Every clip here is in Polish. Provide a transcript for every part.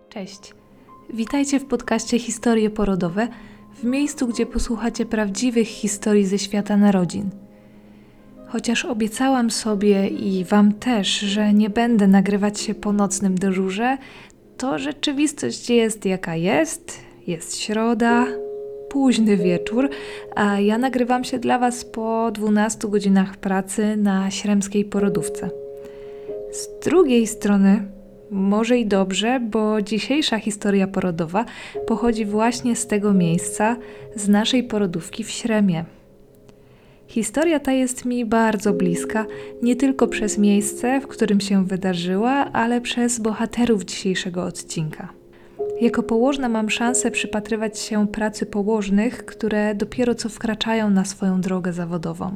Cześć, witajcie w podcaście Historie Porodowe, w miejscu, gdzie posłuchacie prawdziwych historii ze świata narodzin. Chociaż obiecałam sobie i Wam też, że nie będę nagrywać się po nocnym dyżurze, to rzeczywistość jest jaka jest. Jest środa, późny wieczór, a ja nagrywam się dla Was po 12 godzinach pracy na śremskiej porodówce. Z drugiej strony, może i dobrze, bo dzisiejsza historia porodowa pochodzi właśnie z tego miejsca, z naszej porodówki w Śremie. Historia ta jest mi bardzo bliska, nie tylko przez miejsce, w którym się wydarzyła, ale przez bohaterów dzisiejszego odcinka. Jako położna mam szansę przypatrywać się pracy położnych, które dopiero co wkraczają na swoją drogę zawodową.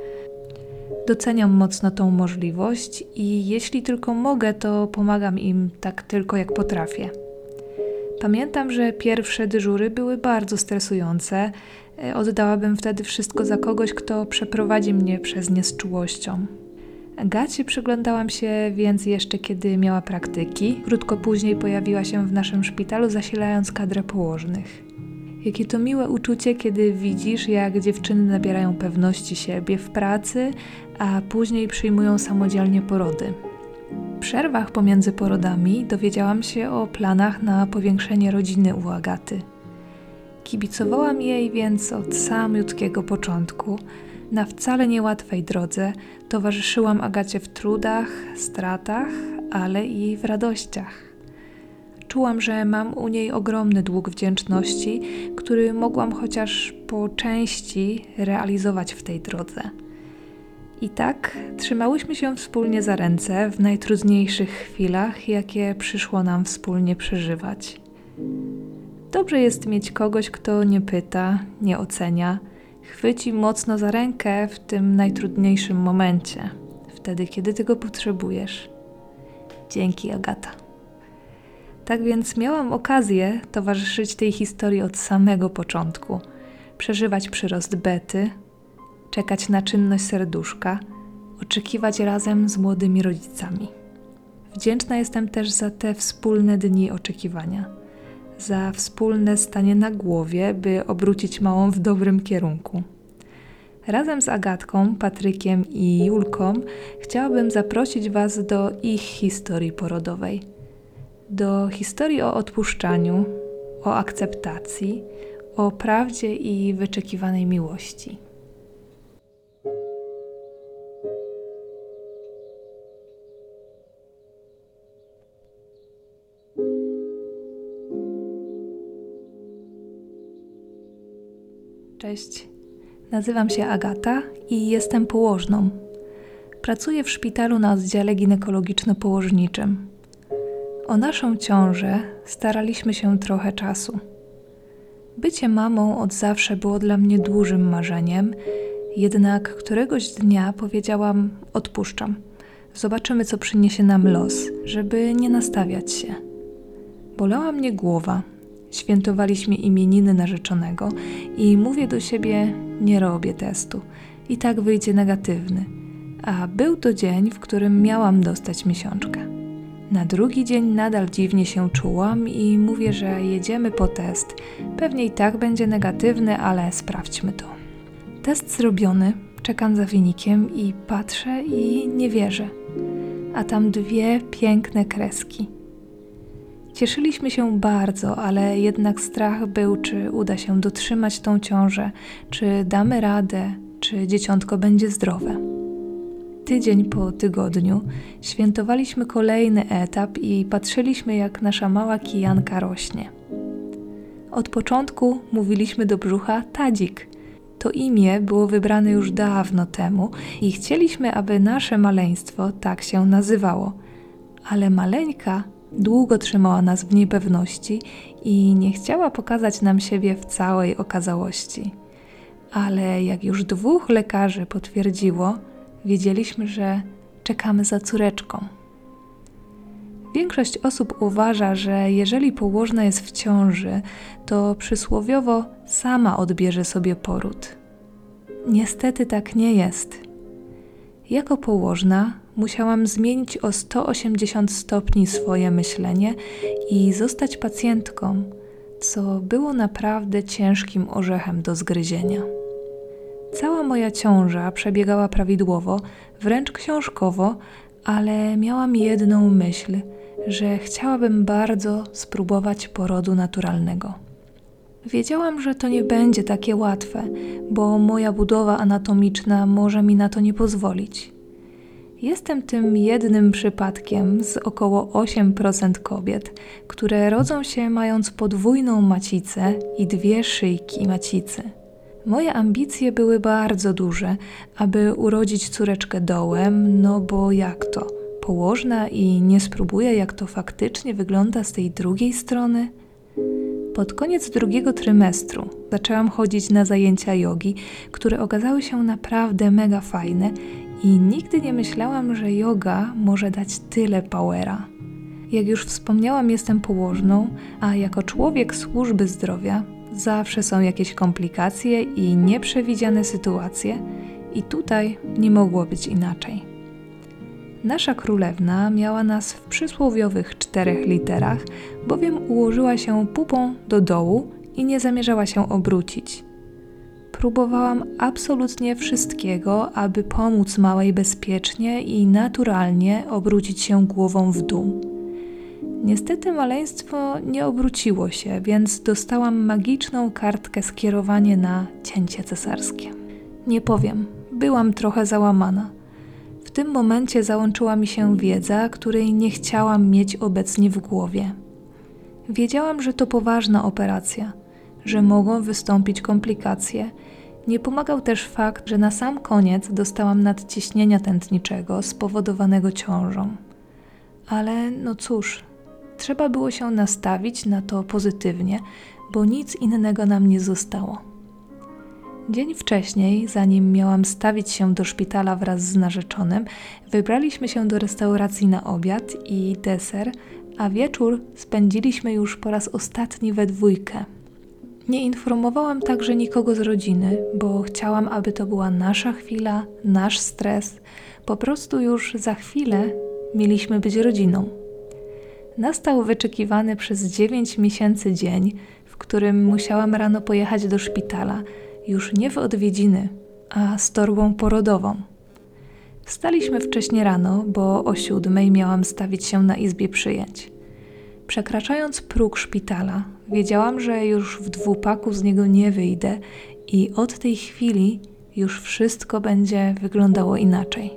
Doceniam mocno tą możliwość i jeśli tylko mogę, to pomagam im tak tylko jak potrafię. Pamiętam, że pierwsze dyżury były bardzo stresujące. Oddałabym wtedy wszystko za kogoś, kto przeprowadzi mnie przez nie z czułością. Agacie przyglądałam się więc jeszcze kiedy miała praktyki. Krótko później pojawiła się w naszym szpitalu, zasilając kadrę położnych. Jakie to miłe uczucie, kiedy widzisz, jak dziewczyny nabierają pewności siebie w pracy, a później przyjmują samodzielnie porody. W przerwach pomiędzy porodami dowiedziałam się o planach na powiększenie rodziny u Agaty. Kibicowałam jej więc od samiutkiego początku. Na wcale niełatwej drodze towarzyszyłam Agacie w trudach, stratach, ale i w radościach. Czułam, że mam u niej ogromny dług wdzięczności, który mogłam chociaż po części realizować w tej drodze. I tak trzymałyśmy się wspólnie za ręce w najtrudniejszych chwilach, jakie przyszło nam wspólnie przeżywać. Dobrze jest mieć kogoś, kto nie pyta, nie ocenia, chwyci mocno za rękę w tym najtrudniejszym momencie, wtedy, kiedy tego potrzebujesz. Dzięki, Agata. Tak więc miałam okazję towarzyszyć tej historii od samego początku, przeżywać przyrost Bety, czekać na czynność serduszka, oczekiwać razem z młodymi rodzicami. Wdzięczna jestem też za te wspólne dni oczekiwania, za wspólne stanie na głowie, by obrócić małą w dobrym kierunku. Razem z Agatką, Patrykiem i Julką chciałabym zaprosić Was do ich historii porodowej. Do historii o odpuszczaniu, o akceptacji, o prawdzie i wyczekiwanej miłości. Cześć, nazywam się Agata i jestem położną. Pracuję w szpitalu na oddziale ginekologiczno-położniczym. O naszą ciążę staraliśmy się trochę czasu. Bycie mamą od zawsze było dla mnie dużym marzeniem, jednak któregoś dnia powiedziałam: odpuszczam. Zobaczymy, co przyniesie nam los, żeby nie nastawiać się. Bolała mnie głowa. Świętowaliśmy imieniny narzeczonego i mówię do siebie: nie robię testu. I tak wyjdzie negatywny. A był to dzień, w którym miałam dostać miesiączkę. Na drugi dzień nadal dziwnie się czułam i mówię, że jedziemy po test. Pewnie i tak będzie negatywny, ale sprawdźmy to. Test zrobiony, czekam za wynikiem i patrzę i nie wierzę. A tam 2 piękne kreski. Cieszyliśmy się bardzo, ale jednak strach był, czy uda się dotrzymać tą ciążę, czy damy radę, czy dzieciątko będzie zdrowe. Tydzień po tygodniu świętowaliśmy kolejny etap i patrzyliśmy, jak nasza mała kijanka rośnie. Od początku mówiliśmy do brzucha Tadzik. To imię było wybrane już dawno temu i chcieliśmy, aby nasze maleństwo tak się nazywało. Ale maleńka długo trzymała nas w niepewności i nie chciała pokazać nam siebie w całej okazałości. Ale jak już 2 lekarzy potwierdziło, wiedzieliśmy, że czekamy za córeczką. Większość osób uważa, że jeżeli położna jest w ciąży, to przysłowiowo sama odbierze sobie poród. Niestety tak nie jest. Jako położna musiałam zmienić o 180 stopni swoje myślenie i zostać pacjentką, co było naprawdę ciężkim orzechem do zgryzienia. Cała moja ciąża przebiegała prawidłowo, wręcz książkowo, ale miałam jedną myśl, że chciałabym bardzo spróbować porodu naturalnego. Wiedziałam, że to nie będzie takie łatwe, bo moja budowa anatomiczna może mi na to nie pozwolić. Jestem tym jednym przypadkiem z około 8% kobiet, które rodzą się mając podwójną macicę i 2 szyjki macicy. Moje ambicje były bardzo duże, aby urodzić córeczkę dołem, no bo jak to? Położna i nie spróbuję, jak to faktycznie wygląda z tej drugiej strony? Pod koniec 2. trymestru zaczęłam chodzić na zajęcia jogi, które okazały się naprawdę mega fajne i nigdy nie myślałam, że joga może dać tyle powera. Jak już wspomniałam, jestem położną, a jako człowiek służby zdrowia zawsze są jakieś komplikacje i nieprzewidziane sytuacje i tutaj nie mogło być inaczej. Nasza królewna miała nas w przysłowiowych 4 literach, bowiem ułożyła się pupą do dołu i nie zamierzała się obrócić. Próbowałam absolutnie wszystkiego, aby pomóc małej bezpiecznie i naturalnie obrócić się głową w dół. Niestety maleństwo nie obróciło się, więc dostałam magiczną kartkę skierowanie na cięcie cesarskie. Nie powiem, byłam trochę załamana. W tym momencie załączyła mi się wiedza, której nie chciałam mieć obecnie w głowie. Wiedziałam, że to poważna operacja, że mogą wystąpić komplikacje. Nie pomagał też fakt, że na sam koniec dostałam nadciśnienia tętniczego spowodowanego ciążą. Ale no cóż, trzeba było się nastawić na to pozytywnie, bo nic innego nam nie zostało. Dzień wcześniej, zanim miałam stawić się do szpitala wraz z narzeczonym, wybraliśmy się do restauracji na obiad i deser, a wieczór spędziliśmy już po raz ostatni we dwójkę. Nie informowałam także nikogo z rodziny, bo chciałam, aby to była nasza chwila, nasz stres. Po prostu już za chwilę mieliśmy być rodziną. Nastał wyczekiwany przez 9 miesięcy dzień, w którym musiałam rano pojechać do szpitala, już nie w odwiedziny, a z torbą porodową. Wstaliśmy wcześnie rano, bo o 7 miałam stawić się na izbie przyjęć. Przekraczając próg szpitala, wiedziałam, że już w 2-paku z niego nie wyjdę i od tej chwili już wszystko będzie wyglądało inaczej.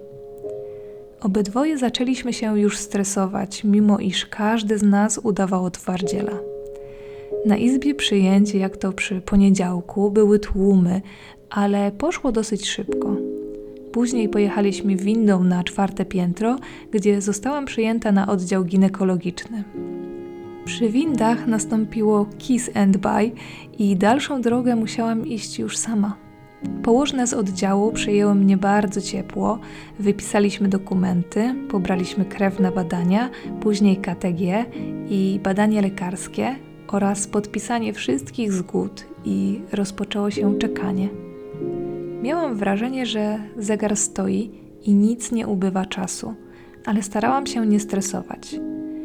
Obydwoje zaczęliśmy się już stresować, mimo iż każdy z nas udawał twardziela. Na izbie przyjęć, jak to przy poniedziałku, były tłumy, ale poszło dosyć szybko. Później pojechaliśmy windą na 4. piętro, gdzie zostałam przyjęta na oddział ginekologiczny. Przy windach nastąpiło kiss and bye i dalszą drogę musiałam iść już sama. Położne z oddziału przyjęły mnie bardzo ciepło, wypisaliśmy dokumenty, pobraliśmy krew na badania, później KTG i badanie lekarskie oraz podpisanie wszystkich zgód i rozpoczęło się czekanie. Miałam wrażenie, że zegar stoi i nic nie ubywa czasu, ale starałam się nie stresować.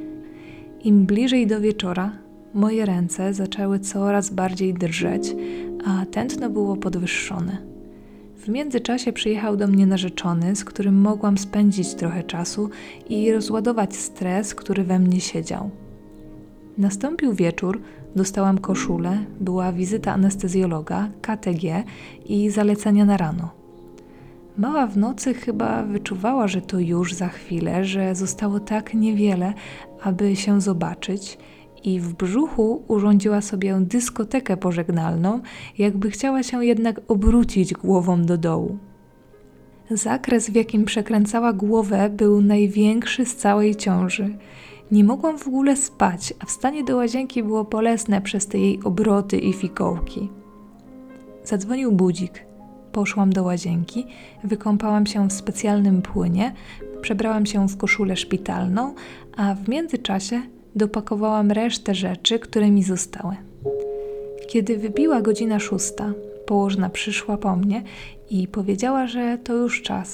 Im bliżej do wieczora, moje ręce zaczęły coraz bardziej drżeć, a tętno było podwyższone. W międzyczasie przyjechał do mnie narzeczony, z którym mogłam spędzić trochę czasu i rozładować stres, który we mnie siedział. Nastąpił wieczór, dostałam koszulę, była wizyta anestezjologa, KTG i zalecenia na rano. Mała w nocy chyba wyczuwała, że to już za chwilę, że zostało tak niewiele, aby się zobaczyć i w brzuchu urządziła sobie dyskotekę pożegnalną, jakby chciała się jednak obrócić głową do dołu. Zakres, w jakim przekręcała głowę, był największy z całej ciąży. Nie mogłam w ogóle spać, a wstanie do łazienki było bolesne przez te jej obroty i fikołki. Zadzwonił budzik. Poszłam do łazienki, wykąpałam się w specjalnym płynie, przebrałam się w koszulę szpitalną, a w międzyczasie dopakowałam resztę rzeczy, które mi zostały. Kiedy wybiła godzina 6, położna przyszła po mnie i powiedziała, że to już czas.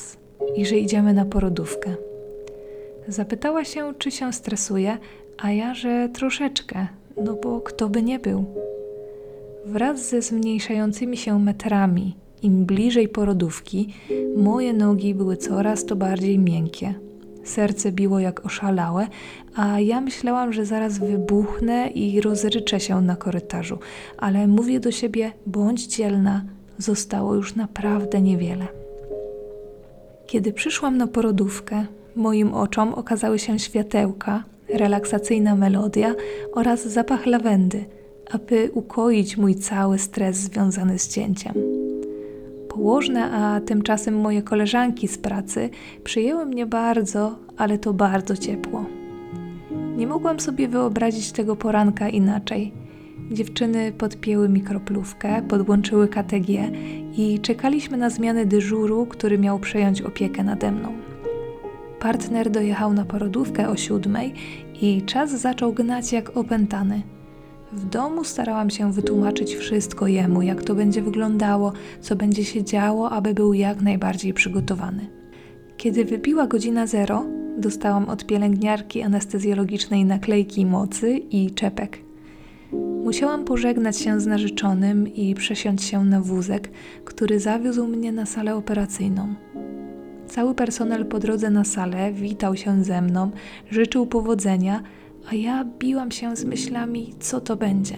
i że idziemy na porodówkę. Zapytała się, czy się stresuje, a ja, że troszeczkę, no bo kto by nie był. Wraz ze zmniejszającymi się metrami, im bliżej porodówki, moje nogi były coraz to bardziej miękkie. Serce biło jak oszalałe, a ja myślałam, że zaraz wybuchnę i rozryczę się na korytarzu, ale mówię do siebie, bądź dzielna, zostało już naprawdę niewiele. Kiedy przyszłam na porodówkę, moim oczom okazały się światełka, relaksacyjna melodia oraz zapach lawendy, aby ukoić mój cały stres związany z cięciem. Położne, a tymczasem moje koleżanki z pracy przyjęły mnie bardzo, ale to bardzo ciepło. Nie mogłam sobie wyobrazić tego poranka inaczej. Dziewczyny podpięły mi kroplówkę, podłączyły KTG i czekaliśmy na zmianę dyżuru, który miał przejąć opiekę nade mną. Partner dojechał na porodówkę o 7:00 i czas zaczął gnać jak opętany. W domu starałam się wytłumaczyć wszystko jemu, jak to będzie wyglądało, co będzie się działo, aby był jak najbardziej przygotowany. Kiedy wybiła godzina 0, dostałam od pielęgniarki anestezjologicznej naklejki mocy i czepek. Musiałam pożegnać się z narzeczonym i przesiąść się na wózek, który zawiózł mnie na salę operacyjną. Cały personel po drodze na salę witał się ze mną, życzył powodzenia, a ja biłam się z myślami, co to będzie.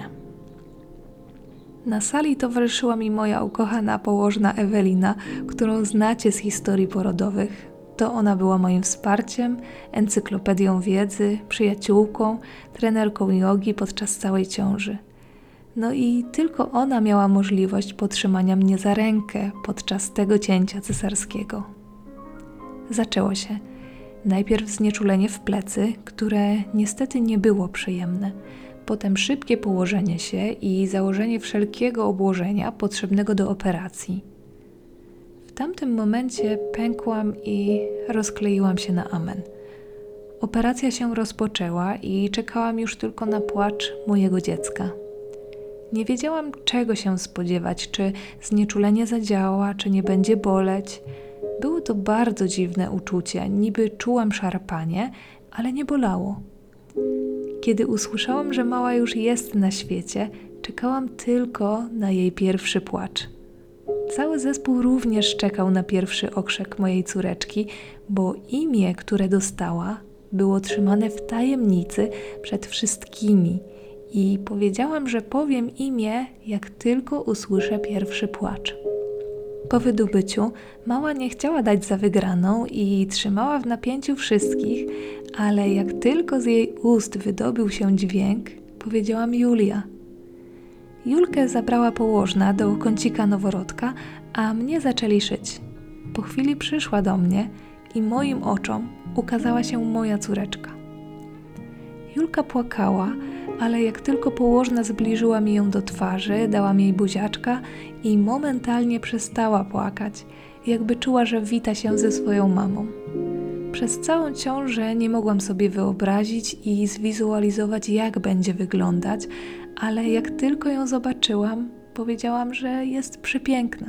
Na sali towarzyszyła mi moja ukochana położna Ewelina, którą znacie z historii porodowych. To ona była moim wsparciem, encyklopedią wiedzy, przyjaciółką, trenerką jogi podczas całej ciąży. No i tylko ona miała możliwość potrzymania mnie za rękę podczas tego cięcia cesarskiego. Zaczęło się. Najpierw znieczulenie w plecy, które niestety nie było przyjemne. Potem szybkie położenie się i założenie wszelkiego obłożenia potrzebnego do operacji. W tamtym momencie pękłam i rozkleiłam się na amen. Operacja się rozpoczęła i czekałam już tylko na płacz mojego dziecka. Nie wiedziałam, czego się spodziewać, czy znieczulenie zadziała, czy nie będzie boleć. Było to bardzo dziwne uczucie, niby czułam szarpanie, ale nie bolało. Kiedy usłyszałam, że mała już jest na świecie, czekałam tylko na jej pierwszy płacz. Cały zespół również czekał na pierwszy okrzyk mojej córeczki, bo imię, które dostała, było trzymane w tajemnicy przed wszystkimi i powiedziałam, że powiem imię, jak tylko usłyszę pierwszy płacz. Po wydobyciu mała nie chciała dać za wygraną i trzymała w napięciu wszystkich, ale jak tylko z jej ust wydobył się dźwięk, powiedziałam Julia. Julkę zabrała położna do kącika noworodka, a mnie zaczęli szyć. Po chwili przyszła do mnie i moim oczom ukazała się moja córeczka. Julka płakała, ale jak tylko położna zbliżyła mi ją do twarzy, dałam jej buziaczka i momentalnie przestała płakać, jakby czuła, że wita się ze swoją mamą. Przez całą ciążę nie mogłam sobie wyobrazić i zwizualizować, jak będzie wyglądać, ale jak tylko ją zobaczyłam, powiedziałam, że jest przepiękna.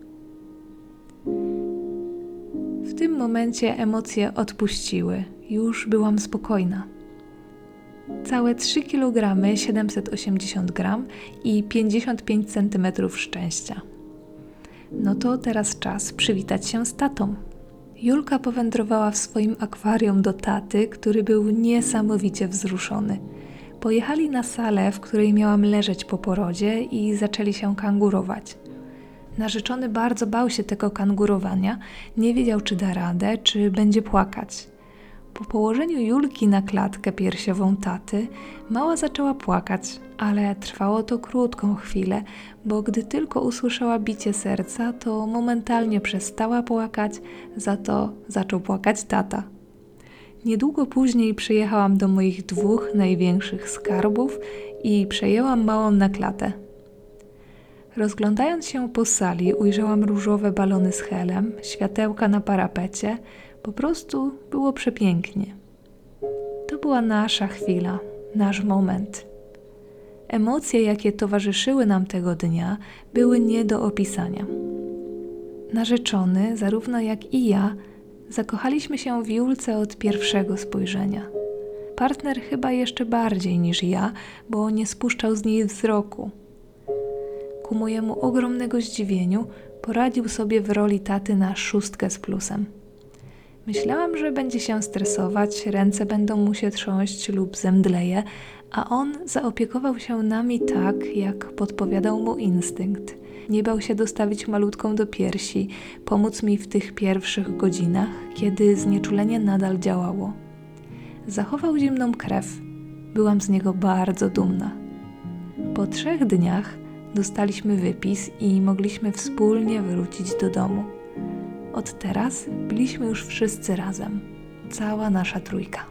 W tym momencie emocje odpuściły, już byłam spokojna. Całe 3 kg 780 g i 55 cm szczęścia. No to teraz czas przywitać się z tatą. Julka powędrowała w swoim akwarium do taty, który był niesamowicie wzruszony. Pojechali na salę, w której miałam leżeć po porodzie i zaczęli się kangurować. Narzeczony bardzo bał się tego kangurowania, nie wiedział, czy da radę, czy będzie płakać. Po położeniu Julki na klatkę piersiową taty, mała zaczęła płakać, ale trwało to krótką chwilę, bo gdy tylko usłyszała bicie serca, to momentalnie przestała płakać, za to zaczął płakać tata. Niedługo później przyjechałam do moich 2 największych skarbów i przejęłam małą na klatę. Rozglądając się po sali, ujrzałam różowe balony z helem, światełka na parapecie. Po prostu było przepięknie. To była nasza chwila, nasz moment. Emocje, jakie towarzyszyły nam tego dnia, były nie do opisania. Narzeczony, zarówno jak i ja, Zakochaliśmy się w Julce od pierwszego spojrzenia. Partner chyba jeszcze bardziej niż ja, bo nie spuszczał z niej wzroku. Ku mojemu ogromnego zdziwieniu poradził sobie w roli taty na 6 z plusem. Myślałam, że będzie się stresować, ręce będą mu się trząść lub zemdleje, a on zaopiekował się nami tak, jak podpowiadał mu instynkt. Nie bał się dostawić malutką do piersi, pomóc mi w tych pierwszych godzinach, kiedy znieczulenie nadal działało. Zachował zimną krew. Byłam z niego bardzo dumna. Po 3 dniach dostaliśmy wypis i mogliśmy wspólnie wrócić do domu. Od teraz byliśmy już wszyscy razem. Cała nasza trójka.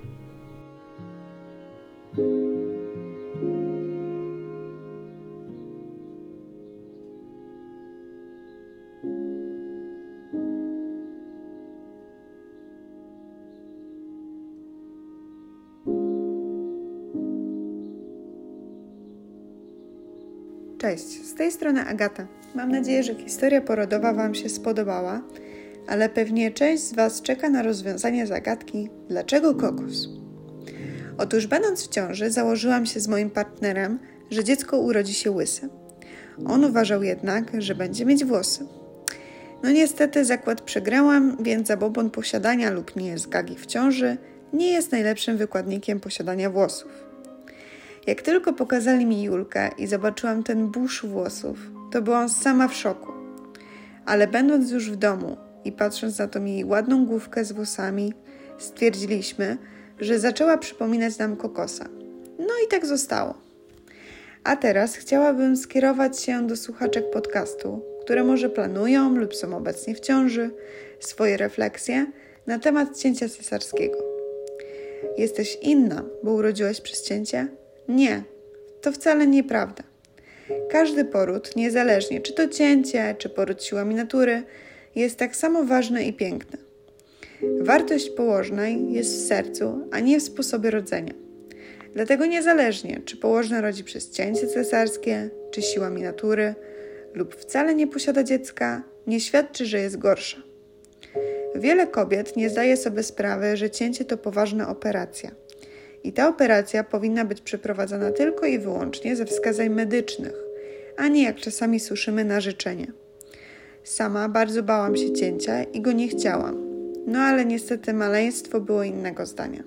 Cześć, z tej strony Agata. Mam nadzieję, że historia porodowa Wam się spodobała, ale pewnie część z Was czeka na rozwiązanie zagadki dlaczego kokos? Otóż będąc w ciąży założyłam się z moim partnerem, że dziecko urodzi się łyse. On uważał jednak, że będzie mieć włosy. No niestety zakład przegrałam, więc zabobon posiadania lub niezgagi w ciąży nie jest najlepszym wykładnikiem posiadania włosów. Jak tylko pokazali mi Julkę i zobaczyłam ten burz włosów, to byłam sama w szoku. Ale będąc już w domu i patrząc na tą jej ładną główkę z włosami, stwierdziliśmy, że zaczęła przypominać nam kokosa. No i tak zostało. A teraz chciałabym skierować się do słuchaczek podcastu, które może planują lub są obecnie w ciąży, swoje refleksje na temat cięcia cesarskiego. Jesteś inna, bo urodziłaś przez cięcie? Nie, to wcale nieprawda. Każdy poród, niezależnie czy to cięcie, czy poród siłami natury, jest tak samo ważny i piękny. Wartość położnej jest w sercu, a nie w sposobie rodzenia. Dlatego niezależnie, czy położna rodzi przez cięcie cesarskie, czy siłami natury, lub wcale nie posiada dziecka, nie świadczy, że jest gorsza. Wiele kobiet nie zdaje sobie sprawy, że cięcie to poważna operacja. I ta operacja powinna być przeprowadzana tylko i wyłącznie ze wskazań medycznych, a nie jak czasami słyszymy na życzenie. Sama bardzo bałam się cięcia i go nie chciałam, no ale niestety maleństwo było innego zdania.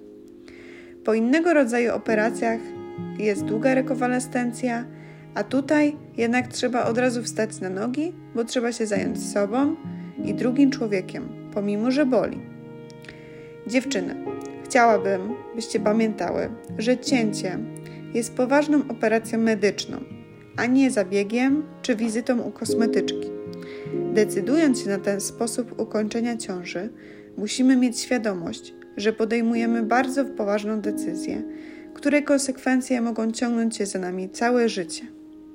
Po innego rodzaju operacjach jest długa rekonwalescencja, a tutaj jednak trzeba od razu wstać na nogi, bo trzeba się zająć sobą i drugim człowiekiem, pomimo że boli. Dziewczyny, chciałabym, byście pamiętały, że cięcie jest poważną operacją medyczną, a nie zabiegiem czy wizytą u kosmetyczki. Decydując się na ten sposób ukończenia ciąży, musimy mieć świadomość, że podejmujemy bardzo poważną decyzję, której konsekwencje mogą ciągnąć się za nami całe życie.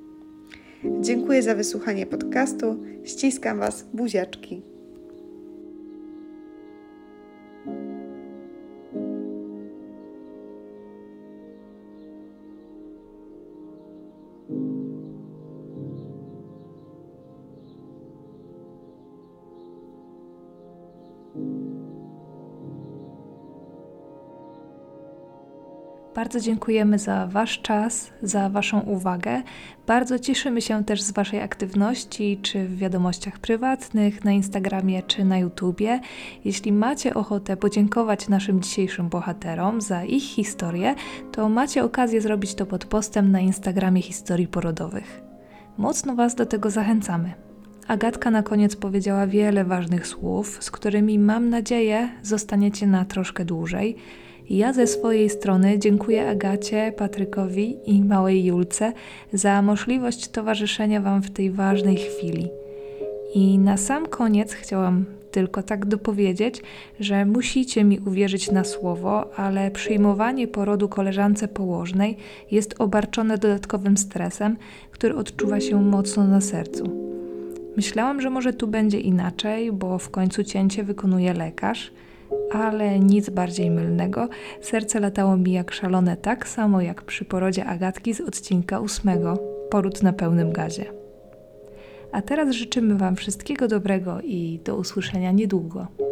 Dziękuję za wysłuchanie podcastu. Ściskam Was, buziaczki. Bardzo dziękujemy za Wasz czas, za Waszą uwagę. Bardzo cieszymy się też z Waszej aktywności, czy w wiadomościach prywatnych, na Instagramie, czy na YouTubie. Jeśli macie ochotę podziękować naszym dzisiejszym bohaterom za ich historię, to macie okazję zrobić to pod postem na Instagramie Historii Porodowych. Mocno Was do tego zachęcamy. Agatka na koniec powiedziała wiele ważnych słów, z którymi mam nadzieję zostaniecie na troszkę dłużej. Ja ze swojej strony dziękuję Agacie, Patrykowi i małej Julce za możliwość towarzyszenia Wam w tej ważnej chwili. I na sam koniec chciałam tylko tak dopowiedzieć, że musicie mi uwierzyć na słowo, ale przyjmowanie porodu koleżance położnej jest obarczone dodatkowym stresem, który odczuwa się mocno na sercu. Myślałam, że może tu będzie inaczej, bo w końcu cięcie wykonuje lekarz, ale nic bardziej mylnego. Serce latało mi jak szalone, tak samo jak przy porodzie Agatki z odcinka 8, poród na pełnym gazie. A teraz życzymy Wam wszystkiego dobrego i do usłyszenia niedługo.